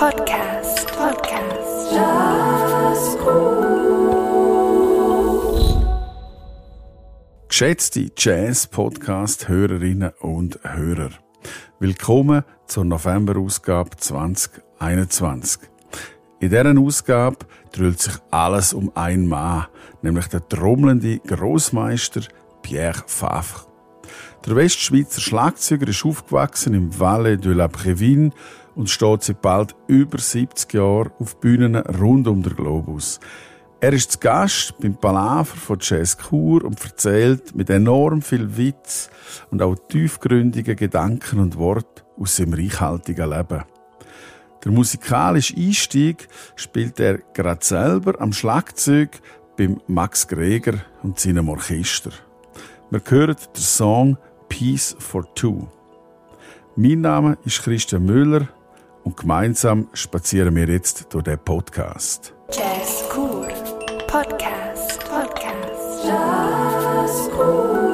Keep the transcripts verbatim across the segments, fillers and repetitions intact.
Podcast. Podcast. Jazzcool. Geschätzte Jazz-Podcast-Hörerinnen und Hörer, willkommen zur November-Ausgabe zwanzig einundzwanzig. In dieser Ausgabe dreht sich alles um einen Mann, nämlich der trommelnde Grossmeister Pierre Favre. Der Westschweizer Schlagzeuger ist aufgewachsen im Valais de la Prévine und steht seit bald über siebzig Jahren auf Bühnen rund um den Globus. Er ist zu Gast beim Palaver von Jazzcool und erzählt mit enorm viel Witz und auch tiefgründigen Gedanken und Worten aus seinem reichhaltigen Leben. Der musikalische Einstieg spielt er gerade selber am Schlagzeug beim Max Greger und seinem Orchester. Wir hören den Song Peace for Two. Mein Name ist Christian Müller und gemeinsam spazieren wir jetzt durch den Podcast. Jazzcool. Podcast. Podcast. Jazzcool.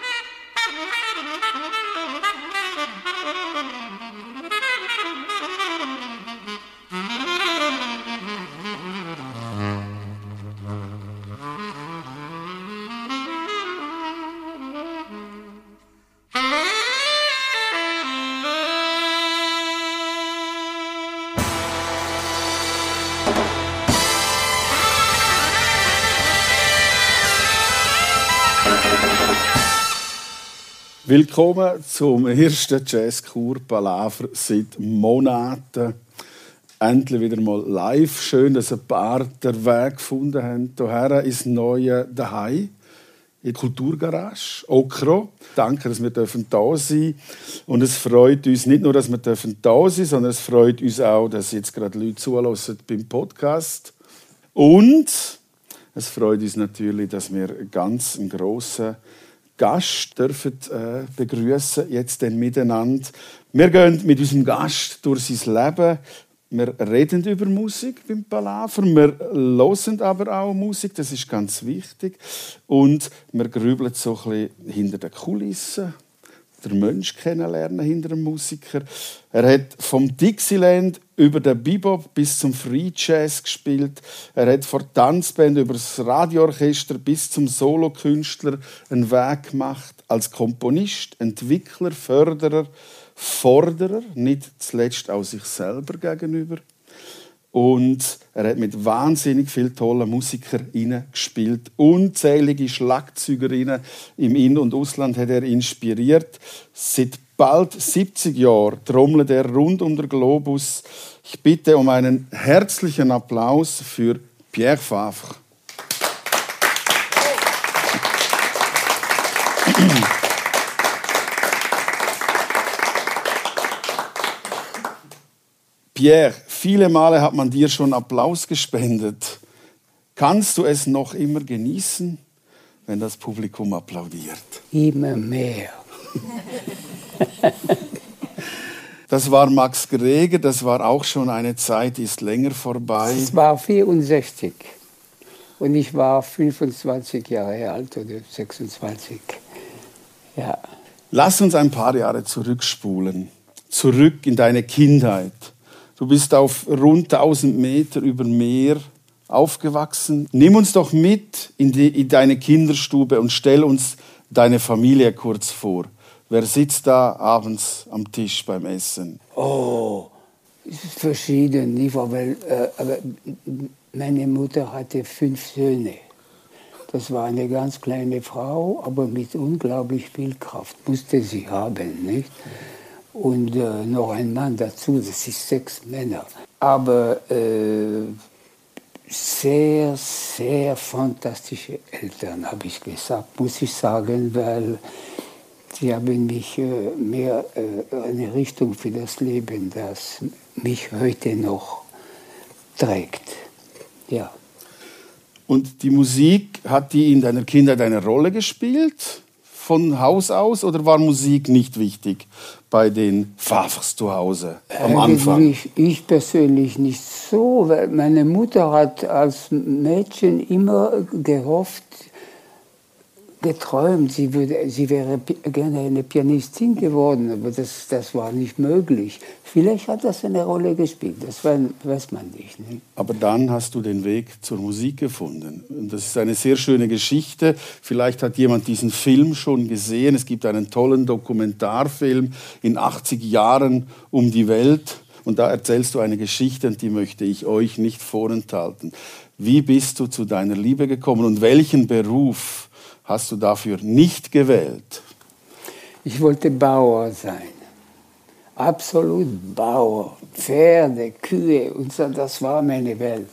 Willkommen zum ersten Jazzkur-Palaver seit Monaten. Endlich wieder mal live. Schön, dass ein paar den Weg gefunden haben. Hierher ins neue Daheim, in der Kulturgarage, Okro. Danke, dass wir da sein dürfen. Und es freut uns nicht nur, dass wir da sein dürfen, sondern es freut uns auch, dass jetzt gerade Leute zuhören beim Podcast. Und es freut uns natürlich, dass wir ganz einen grossen Gast dürfen äh, begrüßen jetzt denn miteinander. Wir gehen mit unserem Gast durch sein Leben. Wir reden über Musik beim Palaver. Wir hören aber auch Musik, das ist ganz wichtig. Und wir grübeln so ein bisschen hinter den Kulissen, den Mensch kennenlernen hinter dem Musiker. Er hat vom Dixieland über den Bebop bis zum Free Jazz gespielt. Er hat von der Tanzband über das Radioorchester bis zum Solokünstler einen Weg gemacht. Als Komponist, Entwickler, Förderer, Forderer, nicht zuletzt auch sich selber gegenüber. Und er hat mit wahnsinnig vielen tollen Musikern gespielt. Unzählige Schlagzeugerinnen im In- und Ausland hat er inspiriert. Seit bald siebzig Jahren trommelt er rund um den Globus. Ich bitte um einen herzlichen Applaus für Pierre Favre. Pierre, viele Male hat man dir schon Applaus gespendet. Kannst du es noch immer genießen, wenn das Publikum applaudiert? Immer mehr. Das war Max Greger, das war auch schon eine Zeit, die ist länger vorbei. Es war vierundsechzig und ich war fünfundzwanzig Jahre alt oder sechsundzwanzig. Ja. Lass uns ein paar Jahre zurückspulen, zurück in deine Kindheit. Du bist auf rund tausend Meter über Meer aufgewachsen. Nimm uns doch mit in, die, in deine Kinderstube und stell uns deine Familie kurz vor. Wer sitzt da abends am Tisch beim Essen? Oh, es ist verschieden. Nicht wahr? Weil, äh, aber meine Mutter hatte fünf Söhne. Das war eine ganz kleine Frau, aber mit unglaublich viel Kraft. Musste sie haben, nicht? Und äh, noch ein Mann dazu, das ist sechs Männer. Aber äh, sehr, sehr fantastische Eltern, habe ich gesagt, muss ich sagen, weil sie haben mich äh, mehr äh, eine Richtung für das Leben, das mich heute noch trägt. Ja. Und die Musik, hat die in deiner Kindheit eine Rolle gespielt? Von Haus aus, oder war Musik nicht wichtig bei den Favres zu Hause am Anfang? Eigentlich, ich persönlich nicht so, weil meine Mutter hat als Mädchen immer gehofft, geträumt, sie, würde, sie wäre gerne eine Pianistin geworden, aber das, das war nicht möglich. Vielleicht hat das eine Rolle gespielt, das weiß man nicht. Ne? Aber dann hast du den Weg zur Musik gefunden. Und das ist eine sehr schöne Geschichte. Vielleicht hat jemand diesen Film schon gesehen. Es gibt einen tollen Dokumentarfilm in achtzig Jahren um die Welt. Und da erzählst du eine Geschichte, und die möchte ich euch nicht vorenthalten. Wie bist du zu deiner Liebe gekommen und welchen Beruf hast du dafür nicht gewählt? Ich wollte Bauer sein. Absolut Bauer. Pferde, Kühe und so, das war meine Welt.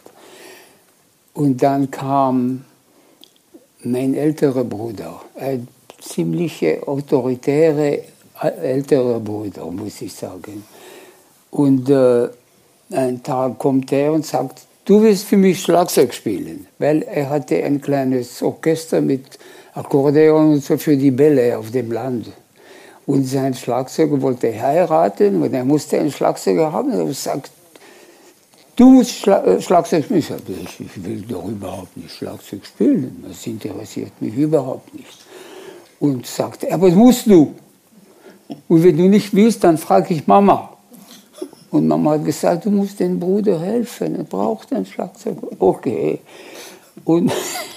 Und dann kam mein älterer Bruder, ein ziemlich autoritärer älterer Bruder, muss ich sagen. Und äh, einen Tag kommt er und sagt, du willst für mich Schlagzeug spielen. Weil er hatte ein kleines Orchester mit Akkordeon und so für die Bälle auf dem Land. Und sein Schlagzeuger wollte heiraten und er musste einen Schlagzeuger haben. Und er sagt, du musst Schla Schlagzeug spielen. Ich sagte, ich will doch überhaupt nicht Schlagzeug spielen. Das interessiert mich überhaupt nicht. Und sagte, aber das musst du. Und wenn du nicht willst, dann frage ich Mama. Und Mama hat gesagt, du musst dem Bruder helfen, er braucht ein Schlagzeug. Okay. Und,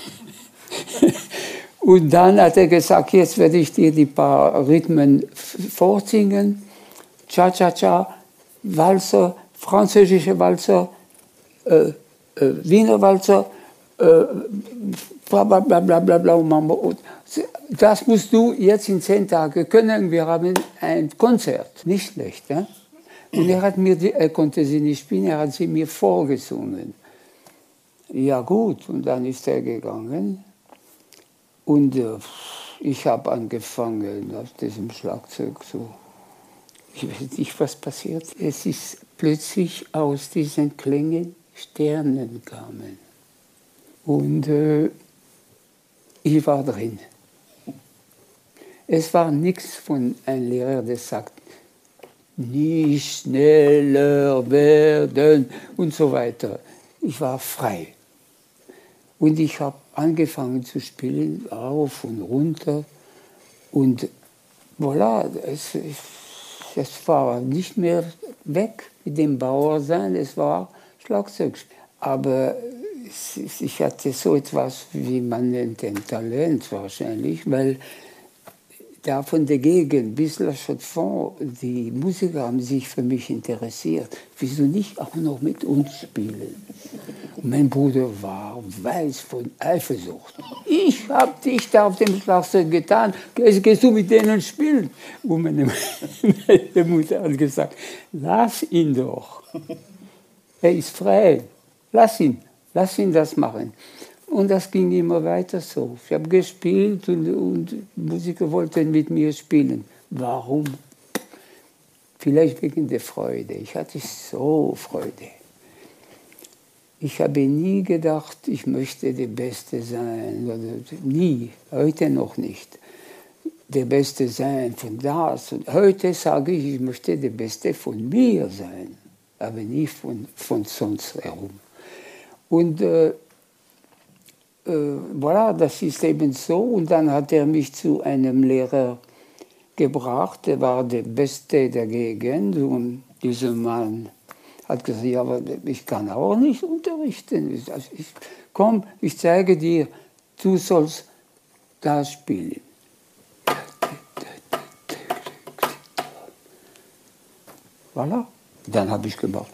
und dann hat er gesagt, jetzt werde ich dir die paar Rhythmen vorsingen. Cha-cha-cha, Walzer, französische Walzer, äh, äh, Wiener Walzer, äh, bla bla bla bla bla bla. Und das musst du jetzt in zehn Tagen können. Wir haben ein Konzert. Nicht schlecht, ja? Und er, hat mir, er konnte sie nicht spielen, er hat sie mir vorgesungen. Ja gut, und dann ist er gegangen. Und äh, ich habe angefangen auf diesem Schlagzeug so. Ich weiß nicht, was passiert. Es ist plötzlich aus diesen Klängen Sternen kamen. Und äh, ich war drin. Es war nichts von einem Lehrer, der sagt, nicht schneller werden und so weiter. Ich war frei. Und ich habe angefangen zu spielen, rauf und runter. Und voilà, es, es war nicht mehr weg mit dem Bauer sein, es war Schlagzeug. Aber ich hatte so etwas, wie man nennt, ein Talent wahrscheinlich, weil da von der Gegend bis La Chaux-de-Fonds, die Musiker haben sich für mich interessiert. Wieso nicht auch noch mit uns spielen? Und mein Bruder war weiß von Eifersucht. Ich habe dich da auf dem Schlagzeug getan, gehst du mit denen spielen? Und meine, meine Mutter hat gesagt, lass ihn doch. Er ist frei, lass ihn, lass ihn das machen. Und das ging immer weiter so. Ich habe gespielt und, und Musiker wollten mit mir spielen. Warum? Vielleicht wegen der Freude. Ich hatte so Freude. Ich habe nie gedacht, ich möchte der Beste sein. Nie, heute noch nicht. Der Beste sein von das. Und heute sage ich, ich möchte der Beste von mir sein, aber nicht von, von sonst herum. Und äh, Äh, voilà, das ist eben so. Und dann hat er mich zu einem Lehrer gebracht, der war der Beste der Gegend. Und dieser Mann hat gesagt, ja, aber ich kann auch nicht unterrichten. Also ich, komm, ich zeige dir, du sollst das spielen. Voilà, dann habe ich gemacht.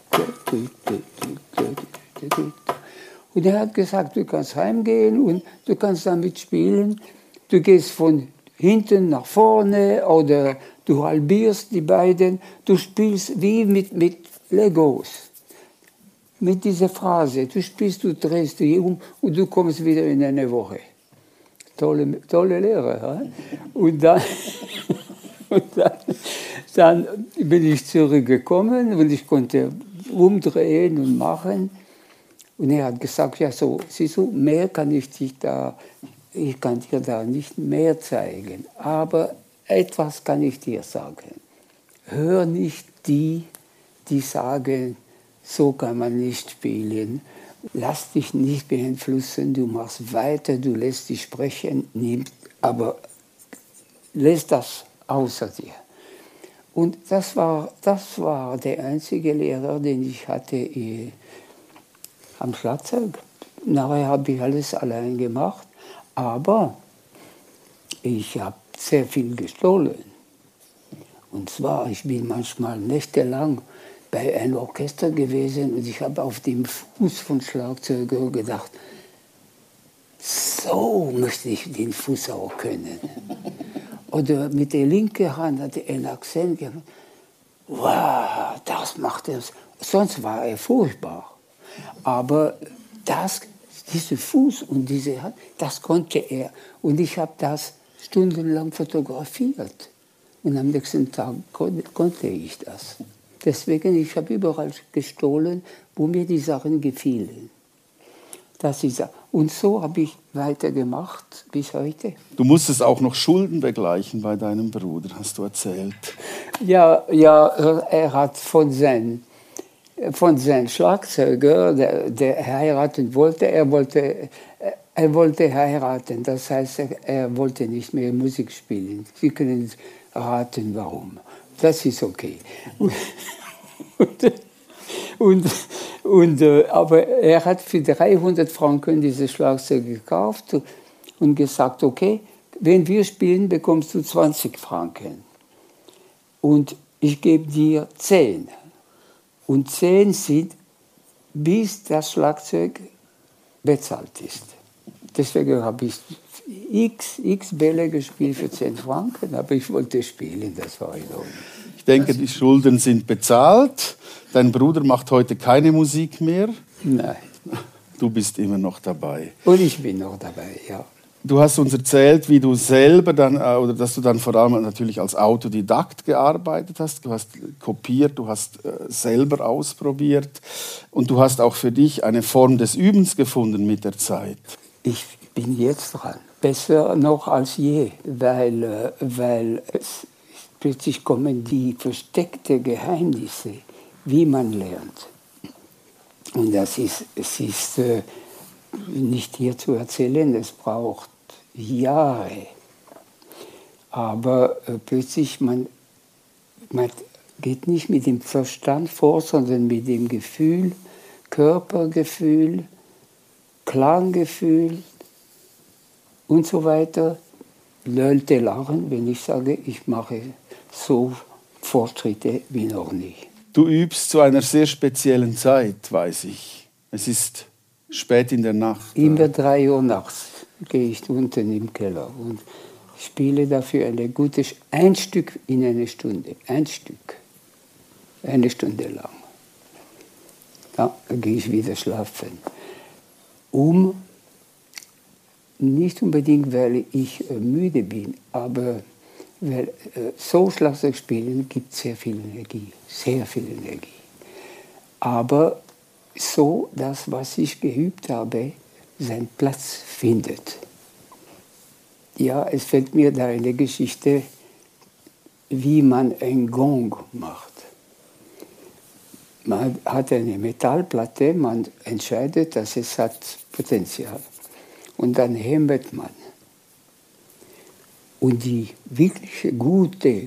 Und er hat gesagt, du kannst heimgehen und du kannst damit spielen. Du gehst von hinten nach vorne oder du halbierst die beiden. Du spielst wie mit, mit Legos. Mit dieser Phrase. Du spielst, du drehst dich um und du kommst wieder in eine Woche. Tolle, tolle Lehre. He? Und, dann, und dann, dann bin ich zurückgekommen und ich konnte umdrehen und machen. Und er hat gesagt, ja so, siehst du, mehr kann ich dich da, ich kann dir da nicht mehr zeigen, aber etwas kann ich dir sagen. Hör nicht die, die sagen, so kann man nicht spielen. Lass dich nicht beeinflussen, du machst weiter, du lässt dich sprechen, aber lässt das außer dir. Und das war, das war der einzige Lehrer, den ich hatte am Schlagzeug. Nachher habe ich alles allein gemacht, aber ich habe sehr viel gestohlen. Und zwar, ich bin manchmal nächtelang bei einem Orchester gewesen und ich habe auf dem Fuß von Schlagzeuger gedacht, so möchte ich den Fuß auch können. Oder mit der linken Hand hatte er einen Akzent gemacht. Wow, das macht er. Sonst war er furchtbar. Aber das, dieser Fuß und diese Hand, das konnte er. Und ich habe das stundenlang fotografiert. Und am nächsten Tag kon konnte ich das. Deswegen, ich habe überall gestohlen, wo mir die Sachen gefielen. Das ist, und so habe ich weitergemacht bis heute. Du musstest auch noch Schulden begleichen bei deinem Bruder, hast du erzählt. Ja, ja, er hat von seinem von seinem Schlagzeuger, der, der heiraten wollte, er wollte, er wollte heiraten, das heißt, er, er wollte nicht mehr Musik spielen. Sie können raten, warum. Das ist okay. Und, und, und, äh, aber er hat für dreihundert Franken dieses Schlagzeug gekauft und gesagt, okay, wenn wir spielen, bekommst du zwanzig Franken. Und ich gebe dir zehn. Und zehn sind, bis das Schlagzeug bezahlt ist. Deswegen habe ich x, x Bälle gespielt für zehn Franken, aber ich wollte spielen, das war in Ordnung. Ich denke, die Schulden sind bezahlt. Dein Bruder macht heute keine Musik mehr. Nein. Du bist immer noch dabei. Und ich bin noch dabei, ja. Du hast uns erzählt, wie du selber dann, oder dass du dann vor allem natürlich als Autodidakt gearbeitet hast. Du hast kopiert, du hast äh, selber ausprobiert und du hast auch für dich eine Form des Übens gefunden mit der Zeit. Ich bin jetzt dran. Besser noch als je, weil, äh, weil es, plötzlich kommen die versteckten Geheimnisse, wie man lernt. Und das ist, es ist äh, nicht hier zu erzählen, es braucht Jahre. Aber äh, plötzlich, man, man geht nicht mit dem Verstand vor, sondern mit dem Gefühl, Körpergefühl, Klanggefühl und so weiter. Leute lachen, wenn ich sage, ich mache so Fortschritte wie noch nie. Du übst zu einer sehr speziellen Zeit, weiß ich. Es ist spät in der Nacht. Immer drei Uhr nachts gehe ich unten im Keller und spiele dafür eine gute, ein Stück in eine Stunde, ein Stück, eine Stunde lang. Ja, dann gehe ich wieder schlafen. Um, nicht unbedingt, weil ich äh, müde bin, aber weil äh, so Schlagzeug spielen gibt sehr viel Energie, sehr viel Energie. Aber so, dass was ich geübt habe, seinen Platz findet. Ja, es fällt mir da eine Geschichte, wie man einen Gong macht. Man hat eine Metallplatte, man entscheidet, dass es hat Potenzial. Und dann hämmert man. Und die wirklich gute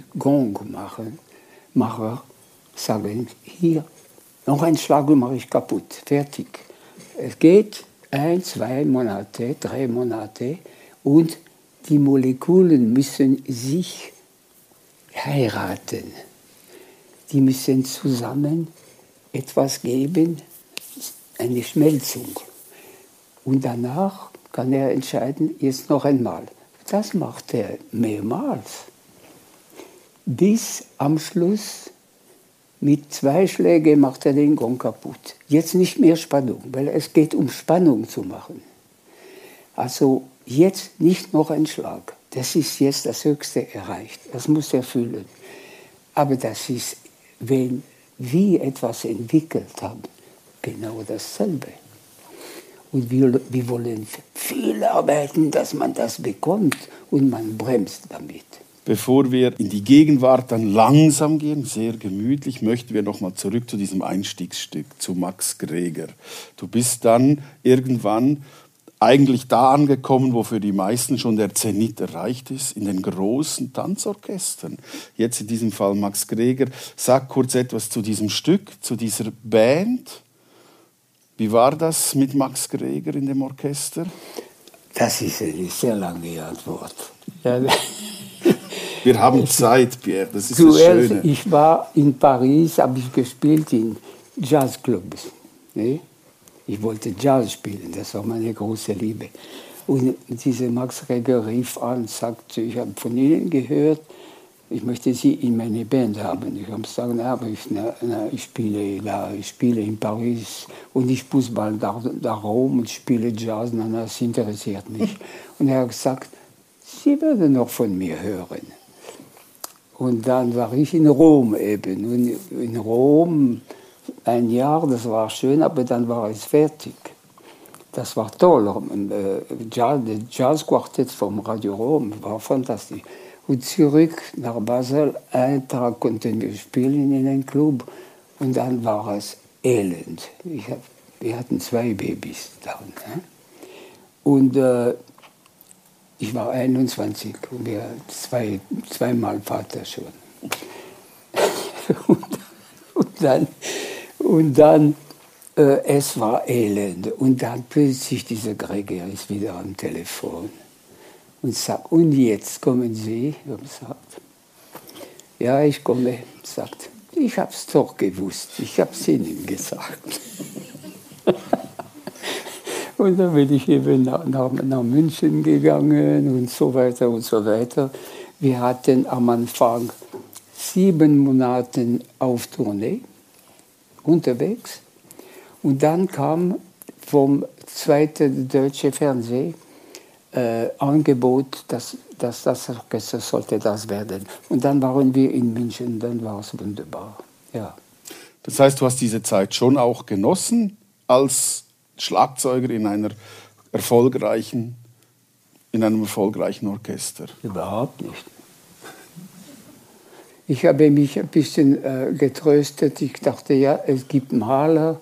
Gongmacher sagen, hier, noch ein Schlag mache ich kaputt, fertig. Es geht ein, zwei Monate, drei Monate und die Moleküle müssen sich heiraten. Die müssen zusammen etwas geben, eine Schmelzung. Und danach kann er entscheiden, jetzt noch einmal. Das macht er mehrmals. Bis am Schluss mit zwei Schlägen macht er den Gong kaputt. Jetzt nicht mehr Spannung, weil es geht um Spannung zu machen. Also jetzt nicht noch ein Schlag. Das ist jetzt das Höchste erreicht. Das muss er fühlen. Aber das ist, wenn wir etwas entwickelt haben, genau dasselbe. Und wir, wir wollen viel arbeiten, dass man das bekommt und man bremst damit. Bevor wir in die Gegenwart dann langsam gehen, sehr gemütlich, möchten wir noch mal zurück zu diesem Einstiegsstück, zu Max Greger. Du bist dann irgendwann eigentlich da angekommen, wo für die meisten schon der Zenit erreicht ist, in den großen Tanzorchestern. Jetzt in diesem Fall Max Greger. Sag kurz etwas zu diesem Stück, zu dieser Band. Wie war das mit Max Greger in dem Orchester? Das ist eine sehr lange Antwort. Ja. Wir haben Zeit, Pierre, das ist Zuerst, das Schöne. Ich war in Paris, habe ich gespielt in Jazzclubs. Ne? Ich wollte Jazz spielen, das war meine große Liebe. Und dieser Max Greger rief an, sagte, ich habe von Ihnen gehört, ich möchte Sie in meine Band haben. Ich habe gesagt, na, aber ich, na, na, ich, spiele, da, ich spiele in Paris und ich muss bald da, da rum und spiele Jazz, na, das interessiert mich. Und er hat gesagt, Sie werden noch von mir hören. Und dann war ich in Rom eben. Und in Rom ein Jahr, das war schön, aber dann war es fertig. Das war toll. Das Jazzquartett vom Radio Rom war fantastisch. Und zurück nach Basel, einen Tag konnten wir spielen in einem Club. Und dann war es elend. Ich hab, wir hatten zwei Babys da. Ne? Und äh, ich war einundzwanzig und wir zwei, zweimal Vater schon. und, und dann, und dann äh, es war elend. Und dann plötzlich dieser Gregor ist wieder am Telefon und sagt, und jetzt kommen Sie? Ich habe gesagt, ja, ich komme. Sagt, ich habe es doch gewusst, ich habe es Ihnen gesagt. Und dann bin ich eben nach, nach, nach München gegangen und so weiter und so weiter. Wir hatten am Anfang sieben Monate auf Tournee, unterwegs. Und dann kam vom zweiten deutschen Fernsehen äh, Angebot, dass, dass das Orchester sollte das werden. Und dann waren wir in München, dann war es wunderbar. Ja. Das heißt, du hast diese Zeit schon auch genossen als Schlagzeuger in einer erfolgreichen, in einem erfolgreichen Orchester? Überhaupt nicht. Ich habe mich ein bisschen äh, getröstet. Ich dachte, ja, es gibt Maler,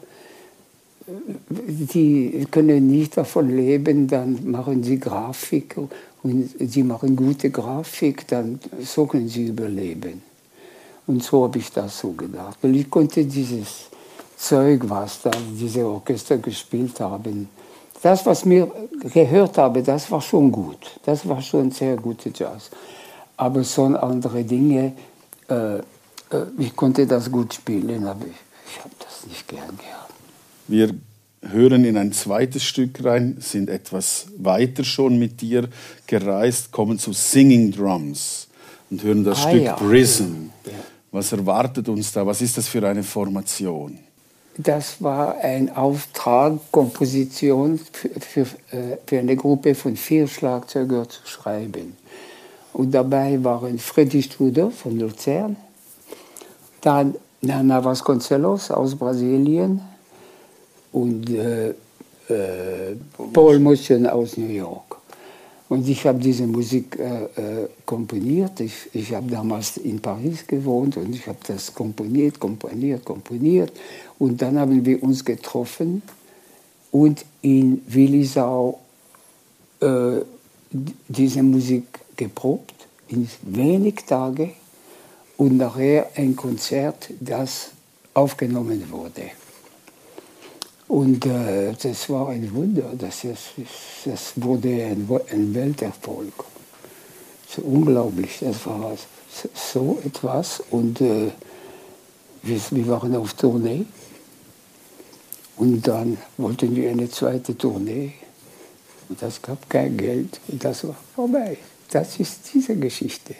die können nicht davon leben, dann machen sie Grafik und sie machen gute Grafik, dann so können sie überleben. Und so habe ich das so gedacht. Weil ich konnte dieses Zeug, was da diese Orchester gespielt haben, das, was mir gehört habe, das war schon gut. Das war schon sehr gute Jazz. Aber so andere Dinge, äh, äh, ich konnte das gut spielen, aber ich, ich habe das nicht gern gehabt. Wir hören in ein zweites Stück rein, sind etwas weiter schon mit dir gereist, kommen zu Singing Drums und hören das ah, Stück ja. Prison. Ja. Was erwartet uns da? Was ist das für eine Formation? Das war ein Auftrag, Komposition für, für, für eine Gruppe von vier Schlagzeugern zu schreiben. Und dabei waren Freddy Studer von Luzern, dann Nana Vasconcelos aus Brasilien und äh, äh, Paul Motion aus New York. Und ich habe diese Musik äh, äh, komponiert. Ich, ich habe damals in Paris gewohnt und ich habe das komponiert, komponiert, komponiert. Und dann haben wir uns getroffen und in Willisau äh, diese Musik geprobt, in wenig Tage. Und nachher ein Konzert, das aufgenommen wurde. Und äh, das war ein Wunder, das, ist, das wurde ein, ein Welterfolg. So unglaublich, das war so etwas. Und äh, wir, wir waren auf Tournee. Und dann wollten wir eine zweite Tournee. Und das gab kein Geld. Und das war vorbei. Das ist diese Geschichte.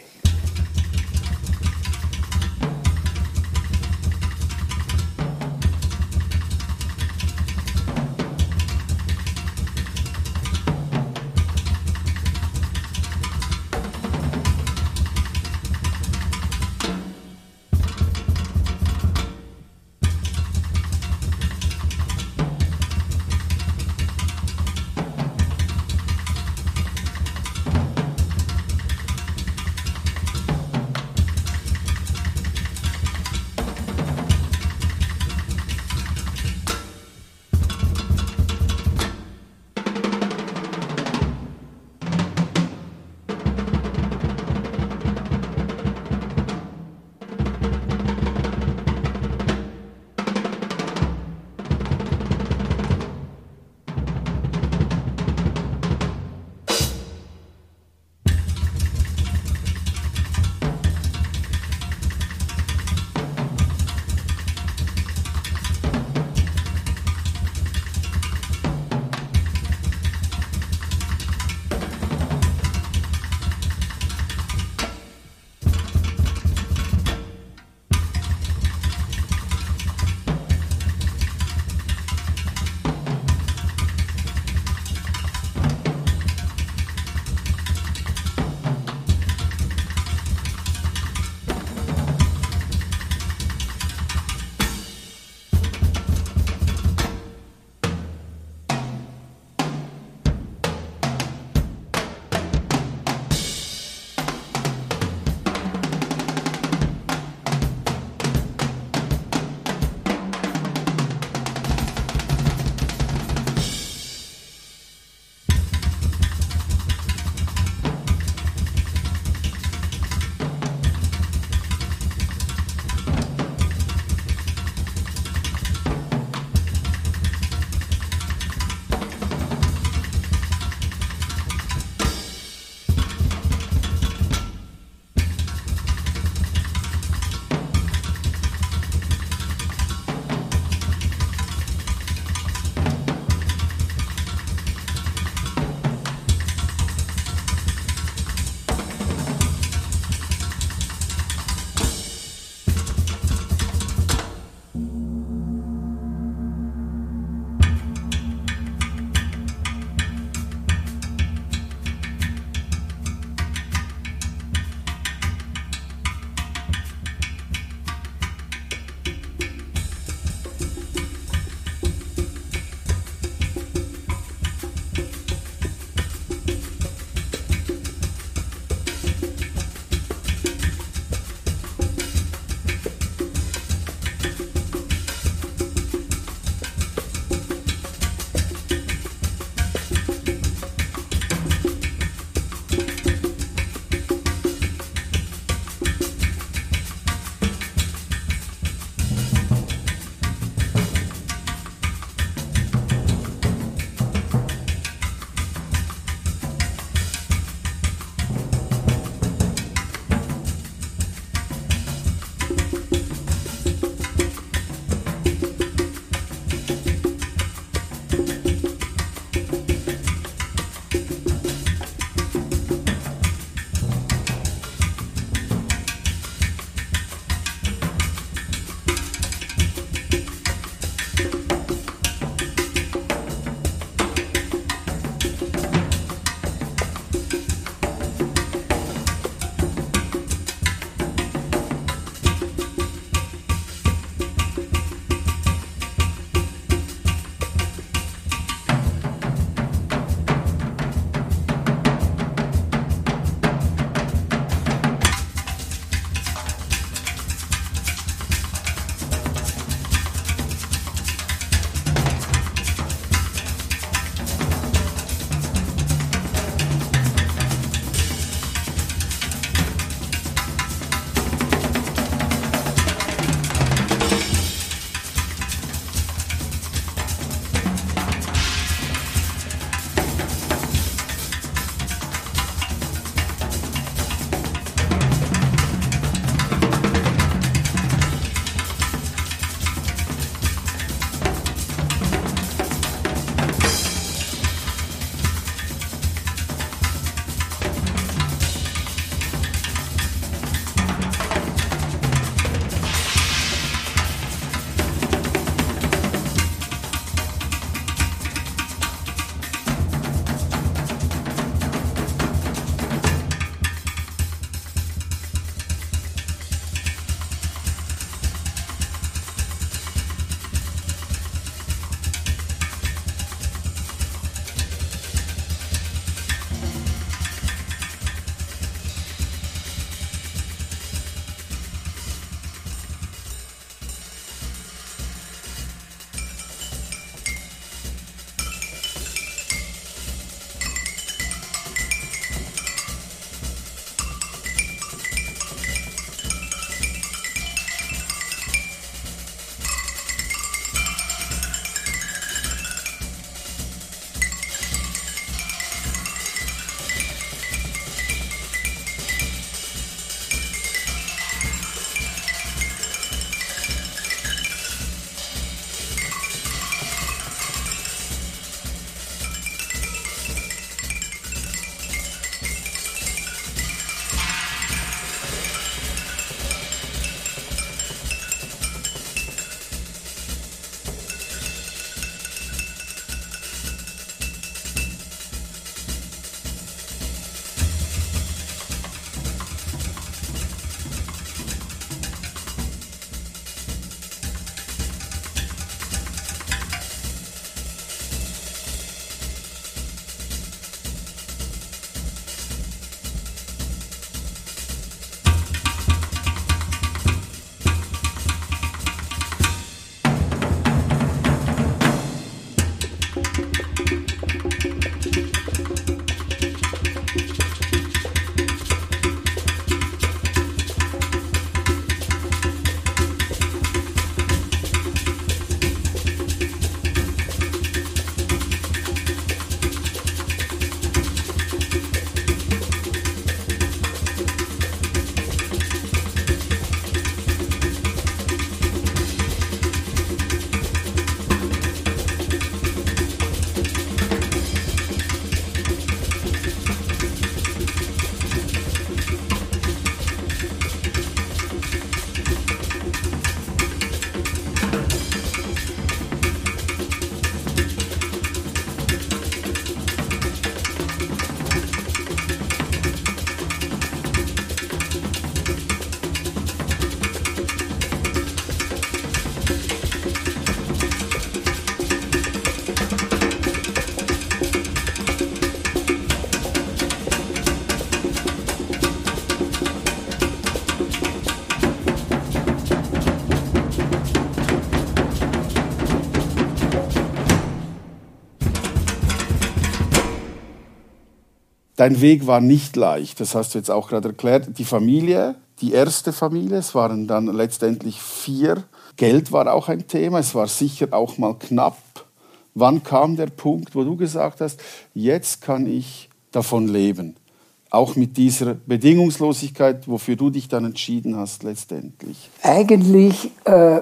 Dein Weg war nicht leicht, das hast du jetzt auch gerade erklärt. Die Familie, die erste Familie, es waren dann letztendlich vier. Geld war auch ein Thema, es war sicher auch mal knapp. Wann kam der Punkt, wo du gesagt hast, jetzt kann ich davon leben? Auch mit dieser Bedingungslosigkeit, wofür du dich dann entschieden hast letztendlich. Eigentlich, äh,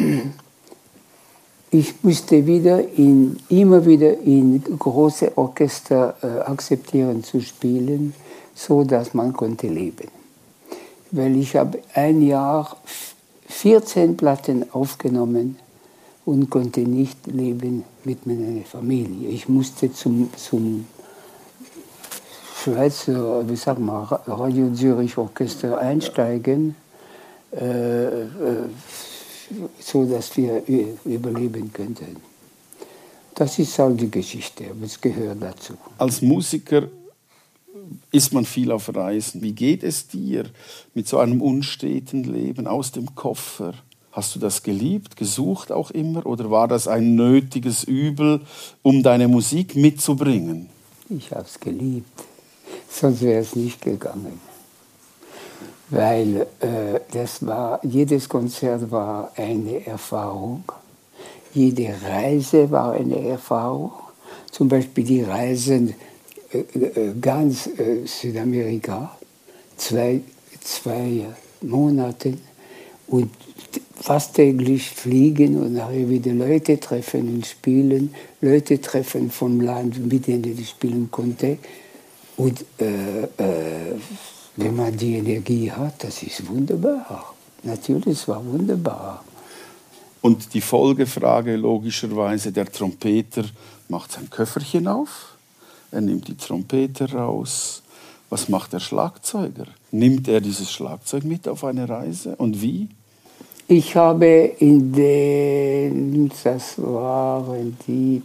ich musste wieder in, immer wieder in große Orchester äh, akzeptieren zu spielen, so dass man konnte leben. Weil ich habe ein Jahr vierzehn Platten aufgenommen und konnte nicht leben mit meiner Familie. Ich musste zum, zum Schweizer, wie sag mal, Radio Zürich Orchester einsteigen, äh, äh, so dass wir überleben könnten. Das ist halt die Geschichte, aber es gehört dazu. Als Musiker ist man viel auf Reisen. Wie geht es dir mit so einem unsteten Leben aus dem Koffer? Hast du das geliebt, gesucht auch immer? Oder war das ein nötiges Übel, um deine Musik mitzubringen? Ich habe es geliebt, sonst wäre es nicht gegangen. Weil äh, das war, jedes Konzert war eine Erfahrung. Jede Reise war eine Erfahrung. Zum Beispiel die Reisen äh, äh, ganz äh, Südamerika, zwei, zwei Monate und fast täglich fliegen und nachher wieder Leute treffen und spielen, Leute treffen vom Land, mit denen ich spielen konnte. Und äh, äh, wenn man die Energie hat, das ist wunderbar. Natürlich, es war wunderbar. Und die Folgefrage logischerweise, der Trompeter macht sein Köfferchen auf, er nimmt die Trompete raus. Was macht der Schlagzeuger? Nimmt er dieses Schlagzeug mit auf eine Reise und wie? Ich habe in den, das waren die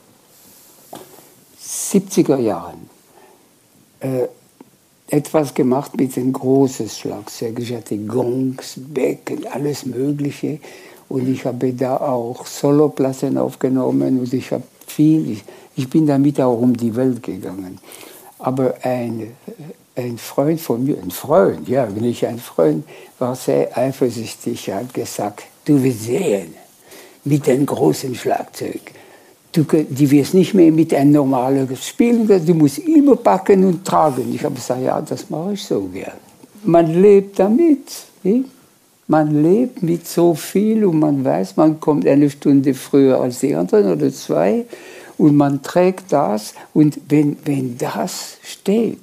siebziger Jahren, äh, etwas gemacht mit einem großen Schlagzeug. Ich hatte Gongs, Becken, alles Mögliche. Und ich habe da auch Soloplatten aufgenommen und ich habe viel, ich, ich bin damit auch um die Welt gegangen. Aber ein, ein Freund von mir, ein Freund, ja, nicht ein Freund, war sehr eifersüchtig. Er hat gesagt, du wirst sehen, mit einem großen Schlagzeug, du, die wirst nicht mehr mit einem normalen spielen, du musst immer packen und tragen. Ich habe gesagt, ja, das mache ich so gern. Man lebt damit, nicht? Man lebt mit so viel und man weiß, man kommt eine Stunde früher als die anderen oder zwei und man trägt das. Und wenn, wenn das steht,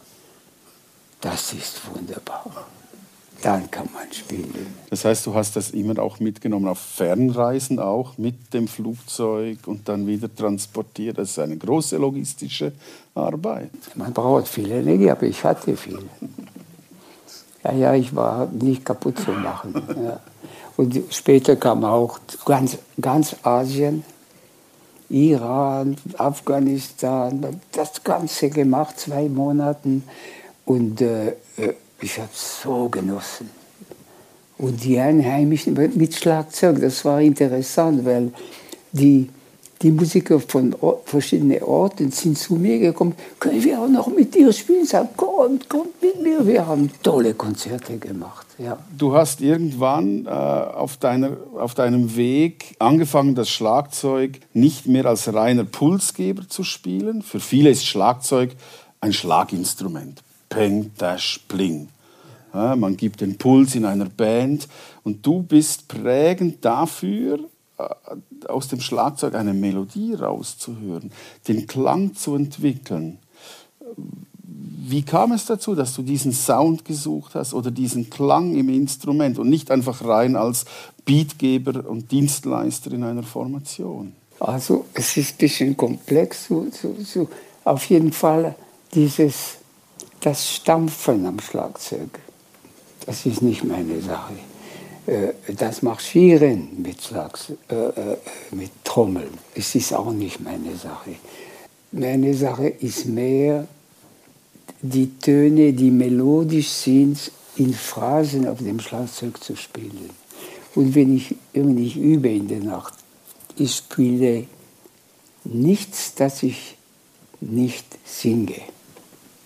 das ist wunderbar. Dann kann man spielen. Das heißt, du hast das immer auch mitgenommen, auf Fernreisen auch, mit dem Flugzeug und dann wieder transportiert. Das ist eine große logistische Arbeit. Man braucht viel Energie, aber ich hatte viel. Ja, ja, ich war nicht kaputt zu machen. Ja. Und später kam auch ganz, ganz Asien, Iran, Afghanistan, das Ganze gemacht, zwei Monate. Und äh, ich habe es so genossen. Und die Einheimischen mit Schlagzeug, das war interessant, weil die, die Musiker von Ort, verschiedenen Orten sind zu mir gekommen, können wir auch noch mit dir spielen? Ich sage, kommt, kommt mit mir. Wir haben tolle Konzerte gemacht. Ja. Du hast irgendwann äh, auf, deiner, auf deinem Weg angefangen, das Schlagzeug nicht mehr als reiner Pulsgeber zu spielen. Für viele ist Schlagzeug ein Schlaginstrument. Peng, Dash, Pling. Ja, man gibt den Puls in einer Band und du bist prägend dafür, aus dem Schlagzeug eine Melodie rauszuhören, den Klang zu entwickeln. Wie kam es dazu, dass du diesen Sound gesucht hast oder diesen Klang im Instrument und nicht einfach rein als Beatgeber und Dienstleister in einer Formation? Also es ist ein bisschen komplex. So, so, so. Auf jeden Fall dieses, das Stampfen am Schlagzeug, das ist nicht meine Sache. Das Marschieren mit, Schlags, äh, mit Trommeln, es ist auch nicht meine Sache. Meine Sache ist mehr die Töne, die melodisch sind, in Phrasen auf dem Schlagzeug zu spielen. Und wenn ich, wenn ich übe in der Nacht, ich spiele nichts, das ich nicht singe.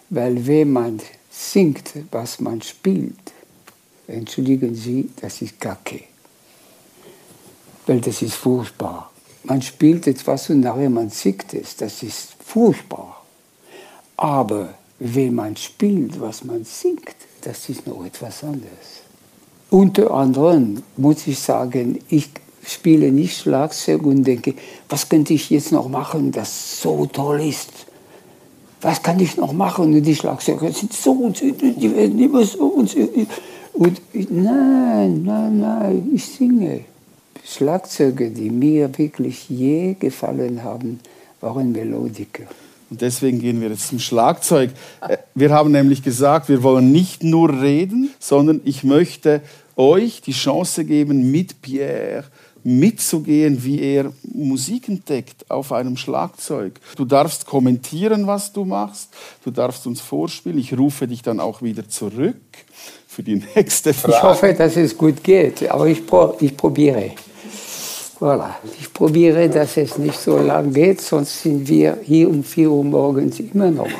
Weil wenn man singt, was man spielt, entschuldigen Sie, das ist Kacke. Weil das ist furchtbar. Man spielt etwas und nachher man singt es, das ist furchtbar. Aber wenn man spielt, was man singt, das ist noch etwas anderes. Unter anderem muss ich sagen, ich spiele nicht Schlagzeug und denke, was könnte ich jetzt noch machen, das so toll ist. Was kann ich noch machen? Und die Schlagzeuger sind so und so, die werden immer so und so. Und ich, nein, nein, nein, ich singe. Schlagzeuge, die mir wirklich je gefallen haben, waren Melodiker. Und deswegen gehen wir jetzt zum Schlagzeug. Wir haben nämlich gesagt, wir wollen nicht nur reden, sondern ich möchte euch die Chance geben, mit Pierre mitzugehen, wie er Musik entdeckt auf einem Schlagzeug. Du darfst kommentieren, was du machst. Du darfst uns vorspielen. Ich rufe dich dann auch wieder zurück für die nächste Frage. Ich hoffe, dass es gut geht, aber ich, pro, ich probiere. Voilà. Ich probiere, dass es nicht so lang geht, sonst sind wir hier um vier Uhr morgens immer noch.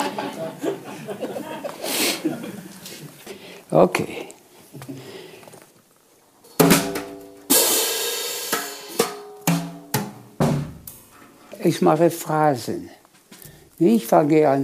Okay. Ich mache Phrasen. Ich fange an.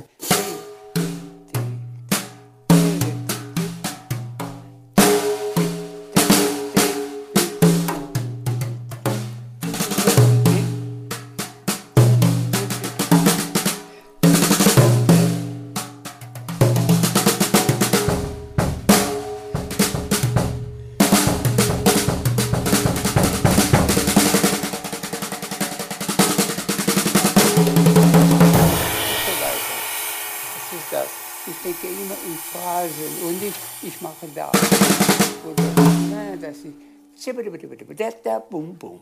Ich denke immer in Phrasen und ich, ich mache da. Oder, nein, das ist. Bum, bum.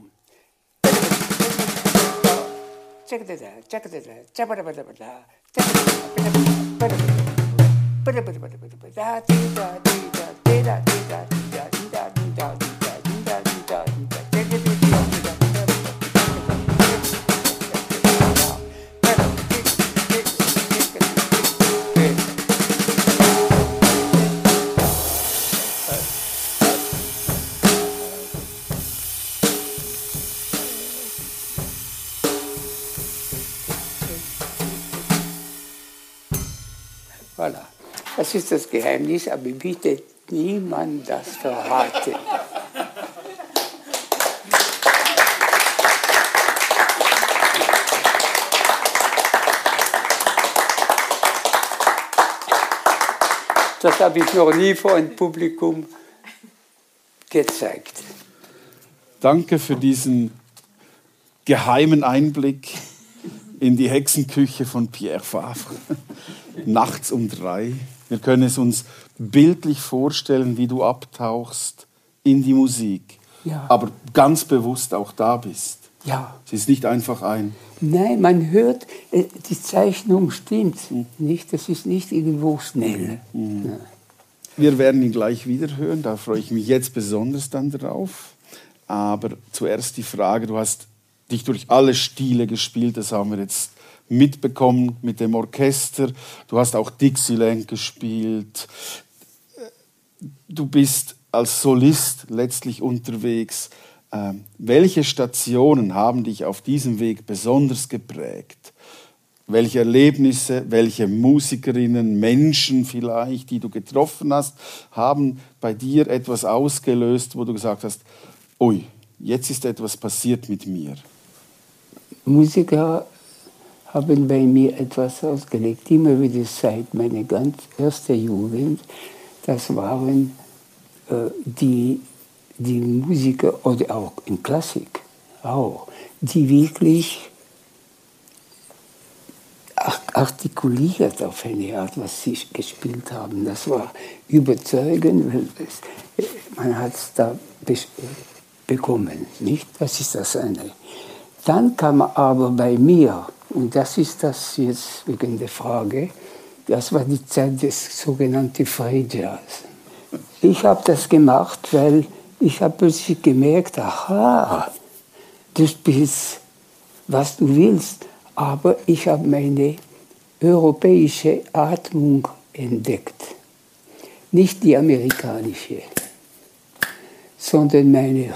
Voilà. Das ist das Geheimnis, aber bitte niemand das verraten. Das habe ich noch nie vor einem Publikum gezeigt. Danke für diesen geheimen Einblick in die Hexenküche von Pierre Favre. Nachts um drei. Wir können es uns bildlich vorstellen, wie du abtauchst in die Musik. Ja. Aber ganz bewusst auch da bist. Ja. Es ist nicht einfach ein... Nein, man hört, die Zeichnung stimmt nicht. Das ist nicht irgendwo schnell. Mhm. Ja. Wir werden ihn gleich wieder hören, da freue ich mich jetzt besonders dann drauf. Aber zuerst die Frage, du hast dich durch alle Stile gespielt, das haben wir jetzt mitbekommen mit dem Orchester. Du hast auch Dixieland gespielt. Du bist als Solist letztlich unterwegs. Ähm, welche Stationen haben dich auf diesem Weg besonders geprägt? Welche Erlebnisse, welche Musikerinnen, Menschen vielleicht, die du getroffen hast, haben bei dir etwas ausgelöst, wo du gesagt hast, ui, jetzt ist etwas passiert mit mir? Musiker haben bei mir etwas ausgelegt, immer wieder seit meiner ganz ersten Jugend. Das waren äh, die, die Musiker, oder auch in Klassik, auch, die wirklich artikuliert auf eine Art, was sie gespielt haben. Das war überzeugend, weil es, man hat es da be bekommen, nicht? Das ist das eine. Dann kam aber bei mir, und das ist das jetzt wegen der Frage, das war die Zeit des sogenannten Free Jazz. Ich habe das gemacht, weil ich habe plötzlich gemerkt, aha, du spielst, was du willst, aber ich habe meine europäische Atmung entdeckt. Nicht die amerikanische, sondern meine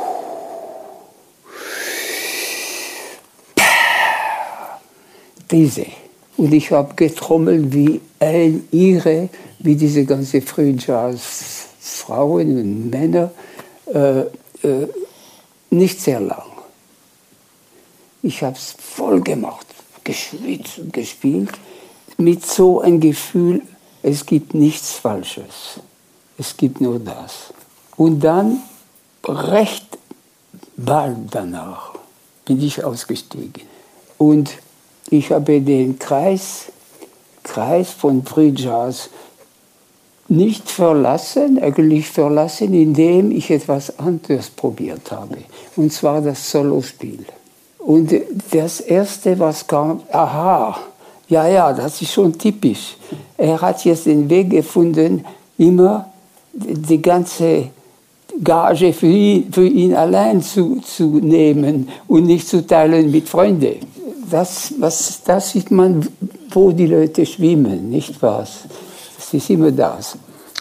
diese. Und ich habe getrommelt wie ein Ire, wie diese ganze Free Jazz Frauen und Männer, äh, äh, nicht sehr lang. Ich habe es voll gemacht, geschwitzt und gespielt, mit so einem Gefühl, es gibt nichts Falsches, es gibt nur das. Und dann, recht bald danach, bin ich ausgestiegen. Und ich habe den Kreis, Kreis von Free Jazz nicht verlassen, eigentlich verlassen, indem ich etwas anderes probiert habe. Und zwar das Solospiel. Und das Erste, was kam, aha, ja, ja, das ist schon typisch. Er hat jetzt den Weg gefunden, immer die ganze Gage für ihn, für ihn allein zu, zu nehmen und nicht zu teilen mit Freunden. Das, was, das sieht man, wo die Leute schwimmen, nicht wahr? Das ist immer das.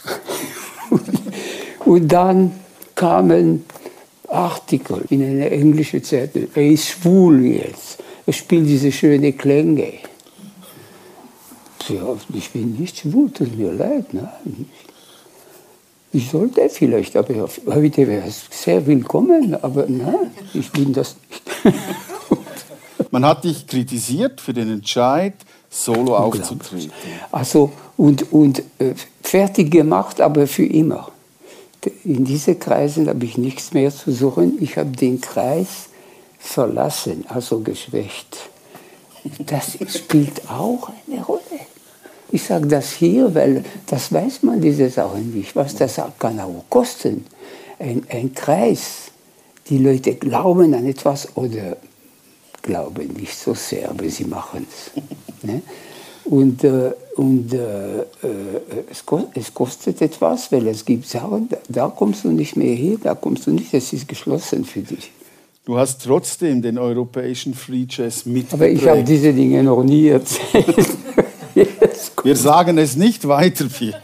Und dann kamen Artikel in einer englischen Zeitung. Er ist schwul jetzt. Er spielt diese schönen Klänge. Ja, ich bin nicht schwul, tut mir leid. Nein. Ich sollte vielleicht, aber heute wäre es sehr willkommen. Aber nein, ich bin das nicht. Man hat dich kritisiert für den Entscheid, solo aufzutreten. Also, und, und äh, fertig gemacht, aber für immer. In diesen Kreisen habe ich nichts mehr zu suchen. Ich habe den Kreis verlassen, also geschwächt. Das spielt auch eine Rolle. Ich sage das hier, weil das weiß man, diese Sachen nicht. Was das kann auch kosten. Ein, ein Kreis, die Leute glauben an etwas oder glauben nicht so sehr, aber sie machen es. Ne? Und, äh, und äh, äh, es, kostet, es kostet etwas, weil es gibt Sachen, da, da kommst du nicht mehr hin, da kommst du nicht, es ist geschlossen für dich. Du hast trotzdem den europäischen Free Jazz mitgeprägt. Aber ich habe diese Dinge noch nie erzählt. Wir sagen es nicht weiter, Pierre.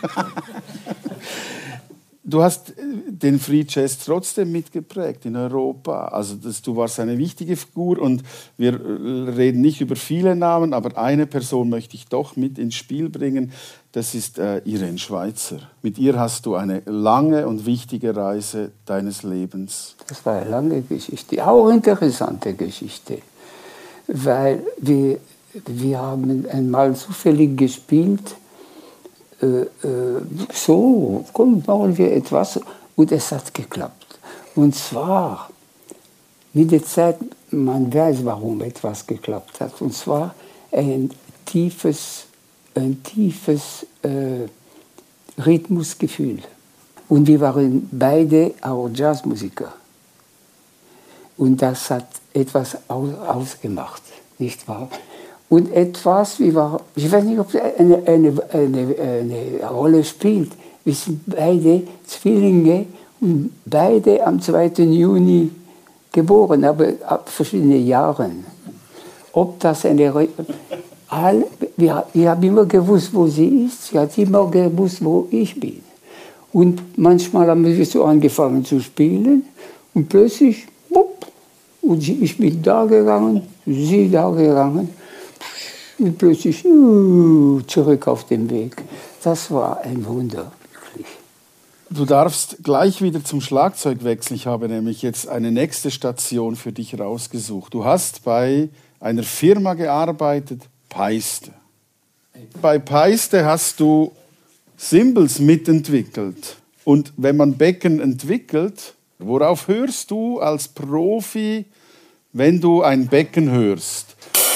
Du hast den Free Jazz trotzdem mitgeprägt in Europa. Also das, du warst eine wichtige Figur und wir reden nicht über viele Namen, aber eine Person möchte ich doch mit ins Spiel bringen. Das ist äh, Irene Schweizer. Mit ihr hast du eine lange und wichtige Reise deines Lebens. Das war eine lange Geschichte, auch eine interessante Geschichte, weil wir, wir haben einmal zufällig gespielt. Äh, äh, so, komm, machen wir etwas. Und es hat geklappt. Und zwar, mit der Zeit, man weiß, warum etwas geklappt hat. Und zwar ein tiefes, ein tiefes äh, Rhythmusgefühl. Und wir waren beide auch Jazzmusiker. Und das hat etwas aus, ausgemacht, nicht wahr? Und etwas, wie war, ich weiß nicht, ob es eine, eine, eine, eine Rolle spielt. Wir sind beide Zwillinge und beide am zweiten Juni geboren, aber ab verschiedenen Jahren. Ob das eine... All, wir, wir haben immer gewusst, wo sie ist. Sie hat immer gewusst, wo ich bin. Und manchmal haben wir so angefangen zu spielen und plötzlich, wupp, und ich bin da gegangen, sie da gegangen. Und plötzlich uh, zurück auf den Weg. Das war ein Wunder, wirklich. Du darfst gleich wieder zum Schlagzeug wechseln. Ich habe nämlich jetzt eine nächste Station für dich rausgesucht. Du hast bei einer Firma gearbeitet, Paiste. Bei Paiste hast du Cymbals mitentwickelt. Und wenn man Becken entwickelt, worauf hörst du als Profi, wenn du ein Becken hörst?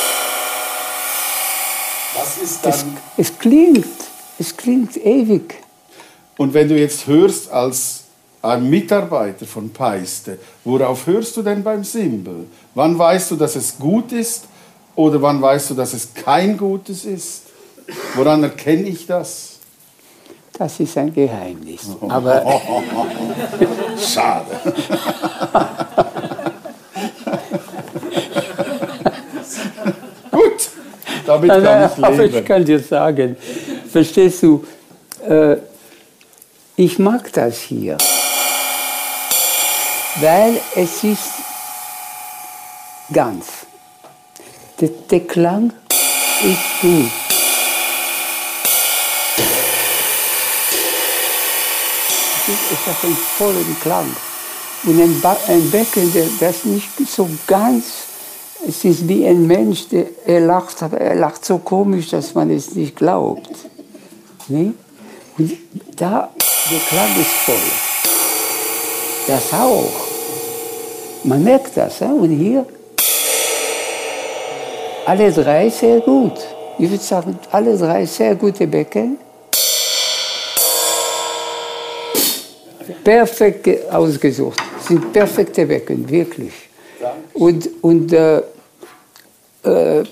Was ist dann? Es, es klingt, es klingt ewig. Und wenn du jetzt hörst als ein Mitarbeiter von Paiste, worauf hörst du denn beim Cymbal? Wann weißt du, dass es gut ist oder wann weißt du, dass es kein gutes ist? Woran erkenne ich das? Das ist ein Geheimnis. Aber schade. Gut. Damit Nein, kann nein, ich aber leben. ich kann dir sagen, verstehst du, äh, ich mag das hier, weil es ist ganz. Der, der Klang ist gut. Es ist, es hat einen vollen Klang. Und ein, ba ein Becken, der, das nicht so ganz, es ist wie ein Mensch, der er lacht, aber er lacht so komisch, dass man es nicht glaubt. Ne? Und da, der Klang ist voll. Das auch. Man merkt das. Ja? Und hier, alle drei sehr gut. Ich würde sagen, alle drei sehr gute Becken. Perfekt ausgesucht. Sind perfekte Becken, wirklich. Und, und äh, äh,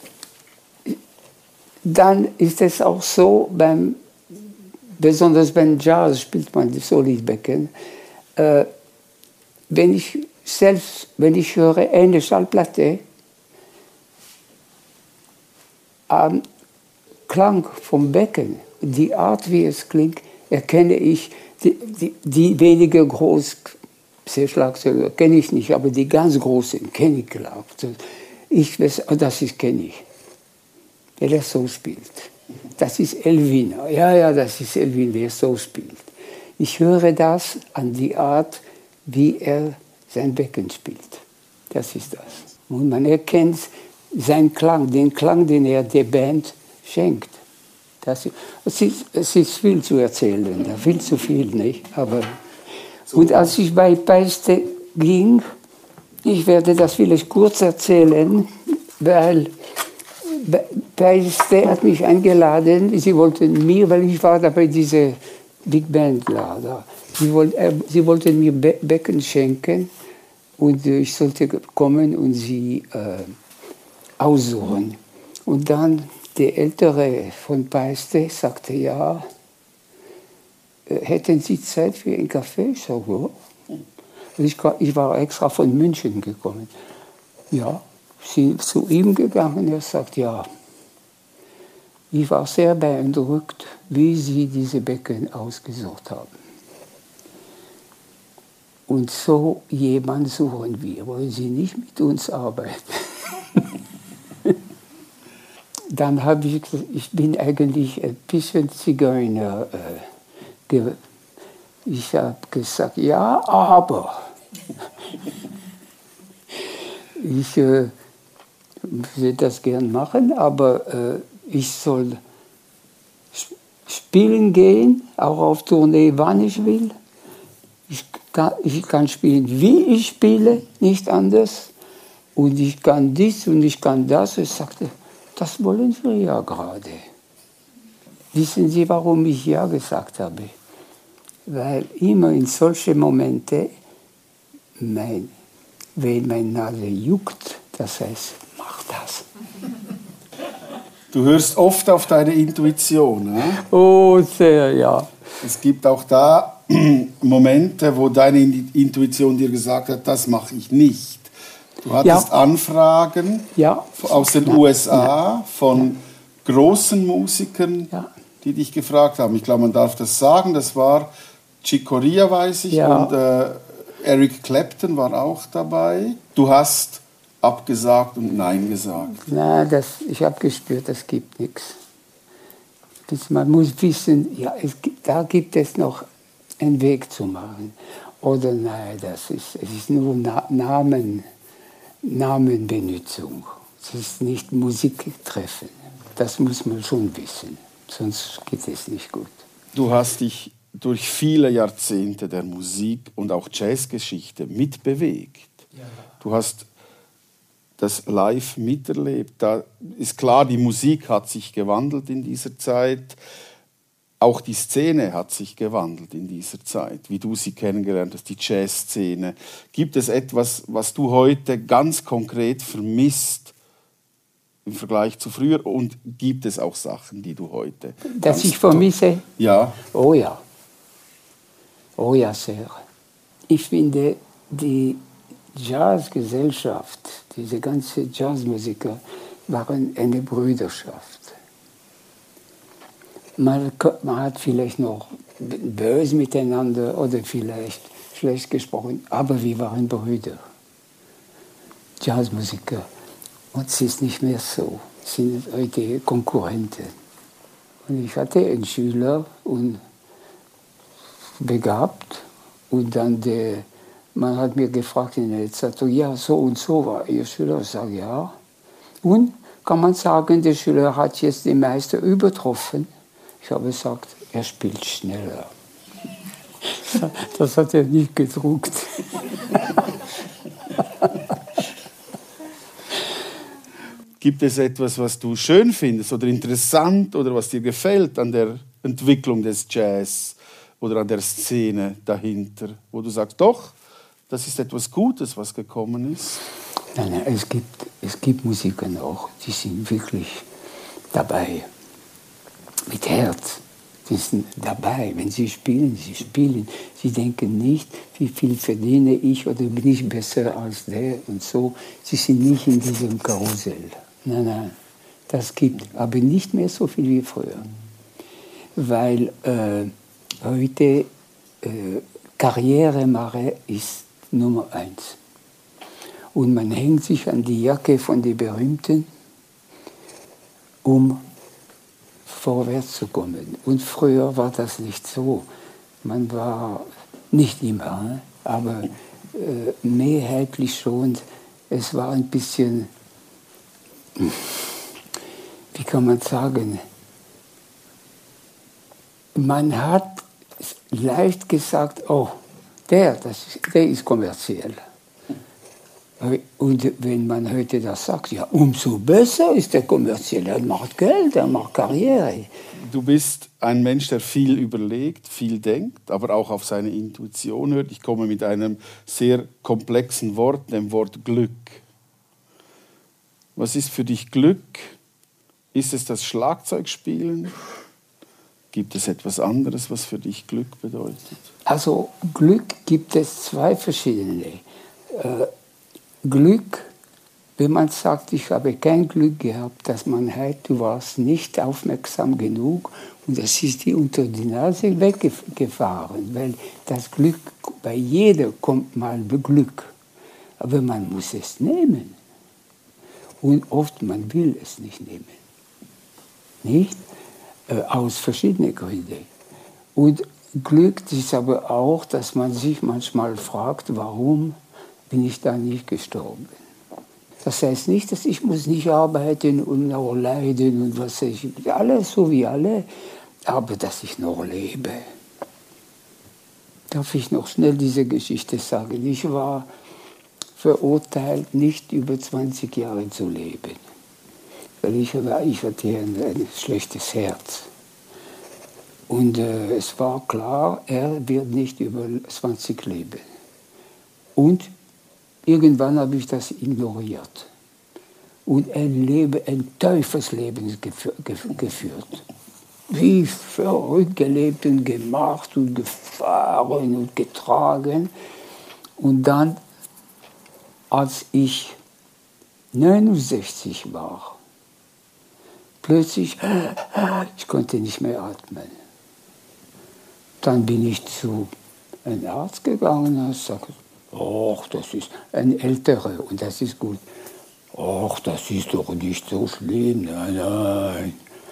dann ist es auch so, beim, besonders beim Jazz spielt man die Solidbecken. Äh, wenn ich selbst, wenn ich höre eine Schallplatte, am Klang vom Becken, die Art, wie es klingt, erkenne ich. Die, die, die weniger groß Schlagzeuger kenne ich nicht, aber die ganz großen kenne ich klar. Ich weiß, das ist kenne ich, weil er so spielt. Das ist Elvin. Ja, ja, das ist Elvin, der so spielt. Ich höre das an die Art, wie er sein Becken spielt. Das ist das. Und man erkennt seinen Klang, den Klang, den er der Band schenkt. Das ist, es, ist, es ist viel zu erzählen, viel zu viel, nicht? Aber, und als ich bei Paiste ging, ich werde das vielleicht kurz erzählen, weil Paiste hat mich eingeladen, sie wollten mir, weil ich war da bei dieser Big Band da, sie, wollt, äh, sie wollten mir Be Becken schenken und äh, ich sollte kommen und sie äh, aussuchen. Und dann der Ältere von Paiste sagte, ja, hätten Sie Zeit für einen Kaffee? Ich sage, ja. Ich, ich war extra von München gekommen. Ja, sind zu ihm gegangen, er sagt, ja. Ich war sehr beeindruckt, wie Sie diese Becken ausgesucht haben. Und so jemanden suchen wir. Wollen Sie nicht mit uns arbeiten? Dann habe ich gesagt, ich bin eigentlich ein bisschen Zigeuner. Äh, ich habe gesagt, ja, aber. Ich äh, würde das gern machen, aber äh, ich soll spielen gehen, auch auf Tournee, wann ich will. Ich kann, ich kann spielen, wie ich spiele, nicht anders. Und ich kann dies und ich kann das. Ich sagte, das wollen wir ja gerade. Wissen Sie, warum ich ja gesagt habe? Weil immer in solchen Momenten, mein, wenn meine Nase juckt, das heißt, mach das. Du hörst oft auf deine Intuition. Ne? Oh, sehr, ja. Es gibt auch da Momente, wo deine Intuition dir gesagt hat, das mache ich nicht. Du hattest ja. Anfragen ja. aus den ja. U S A ja. von ja. großen Musikern, ja. die dich gefragt haben. Ich glaube, man darf das sagen. Das war Chick Corea, weiß ich, ja. und äh, Eric Clapton war auch dabei. Du hast abgesagt und Nein gesagt. Na, das, ich habe gespürt, das gibt nichts. Man muss wissen, ja, es gibt, da gibt es noch einen Weg zu machen. Oder nein, das ist, es ist nur Na Namen, Namenbenutzung. Es ist nicht Musiktreffen. Das muss man schon wissen, sonst geht es nicht gut. Du hast dich durch viele Jahrzehnte der Musik- und auch Jazzgeschichte mitbewegt. Ja. Du hast das live miterlebt. Da ist klar, die Musik hat sich gewandelt in dieser Zeit. Auch die Szene hat sich gewandelt in dieser Zeit, wie du sie kennengelernt hast, die Jazzszene. Gibt es etwas, was du heute ganz konkret vermisst im Vergleich zu früher? Und gibt es auch Sachen, die du heute... Dass ich vermisse? Ja. Oh ja. Oh ja, sehr. Ich finde, die Jazzgesellschaft, diese ganzen Jazzmusiker, waren eine Brüderschaft. Man, man hat vielleicht noch böse miteinander oder vielleicht schlecht gesprochen, aber wir waren Brüder, Jazzmusiker. Und es ist nicht mehr so, es sind heute Konkurrenten. Und ich hatte einen Schüler und begabt und dann der, man hat mir gefragt in der Zeitung, ja, so und so war Ihr Schüler. Ich sage, ja. Und kann man sagen, der Schüler hat jetzt den Meister übertroffen? Ich habe gesagt, er spielt schneller. Das hat er nicht gedruckt. Gibt es etwas, was du schön findest oder interessant oder was dir gefällt an der Entwicklung des Jazz oder an der Szene dahinter, wo du sagst, doch, das ist etwas Gutes, was gekommen ist? Nein, nein, es gibt, es gibt Musiker noch, die sind wirklich dabei, mit Herz. Die sind dabei, wenn sie spielen, sie spielen. Sie denken nicht, wie viel verdiene ich oder bin ich besser als der und so. Sie sind nicht in diesem Karussell. Nein, nein, das gibt aber nicht mehr so viel wie früher. Weil äh, heute äh, Karrieremache ist Nummer eins. Und man hängt sich an die Jacke von den Berühmten, um vorwärts zu kommen. Und früher war das nicht so. Man war nicht immer, aber äh, mehrheitlich schon. Es war ein bisschen, wie kann man sagen, man hat leicht gesagt, oh, der, das ist, der ist kommerziell. Und wenn man heute das sagt, ja, umso besser ist der kommerziell. Er macht Geld, er macht Karriere. Du bist ein Mensch, der viel überlegt, viel denkt, aber auch auf seine Intuition hört. Ich komme mit einem sehr komplexen Wort, dem Wort Glück. Was ist für dich Glück? Ist es das Schlagzeugspielen? Gibt es etwas anderes, was für dich Glück bedeutet? Also Glück gibt es zwei verschiedene. Äh, Glück, wenn man sagt, ich habe kein Glück gehabt, dass man halt, du warst nicht aufmerksam genug und das ist dir unter die Nase weggefahren, weil das Glück, bei jeder kommt mal Glück, aber man muss es nehmen und oft man will es nicht nehmen, nicht? Äh, aus verschiedenen Gründen. Und Glück ist aber auch, dass man sich manchmal fragt, warum bin ich da nicht gestorben. Das heißt nicht, dass ich muss nicht arbeiten und noch leiden und was weiß ich, alles so wie alle, aber dass ich noch lebe. Darf ich noch schnell diese Geschichte sagen? Ich war verurteilt, nicht über zwanzig Jahre zu leben, weil ich, ich hatte ein, ein schlechtes Herz. Und äh, es war klar, er wird nicht über zwanzig leben. Und irgendwann habe ich das ignoriert und ein Leben, ein Teufelsleben geführt. Wie verrückt gelebt und gemacht und gefahren und getragen. Und dann, als ich neunundsechzig war, plötzlich, ich konnte nicht mehr atmen. Dann bin ich zu einem Arzt gegangen und sagte, ach, das ist ein älterer und das ist gut. Ach, das ist doch nicht so schlimm. Nein, nein.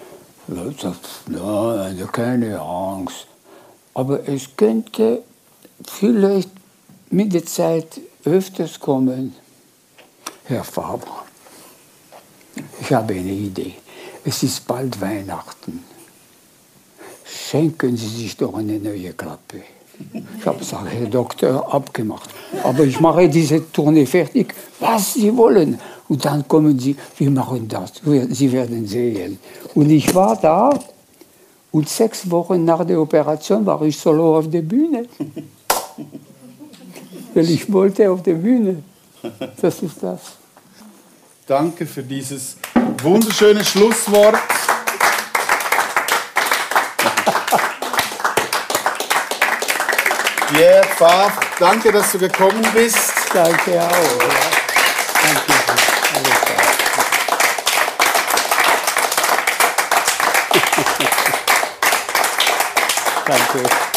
Nein, keine Angst. Aber es könnte vielleicht mit der Zeit öfters kommen. Herr Faber, ich habe eine Idee. Es ist bald Weihnachten. Schenken Sie sich doch eine neue Klappe. Ich habe gesagt, Herr Doktor, abgemacht. Aber ich mache diese Tournee fertig, was Sie wollen. Und dann kommen Sie, wir machen das, Sie werden sehen. Und ich war da und sechs Wochen nach der Operation war ich solo auf der Bühne. Weil ich wollte auf der Bühne. Das ist das. Danke für dieses wunderschöne Schlusswort. Pierre Favre, danke, dass du gekommen bist. Danke auch. Ja. Danke. Alles klar. Danke.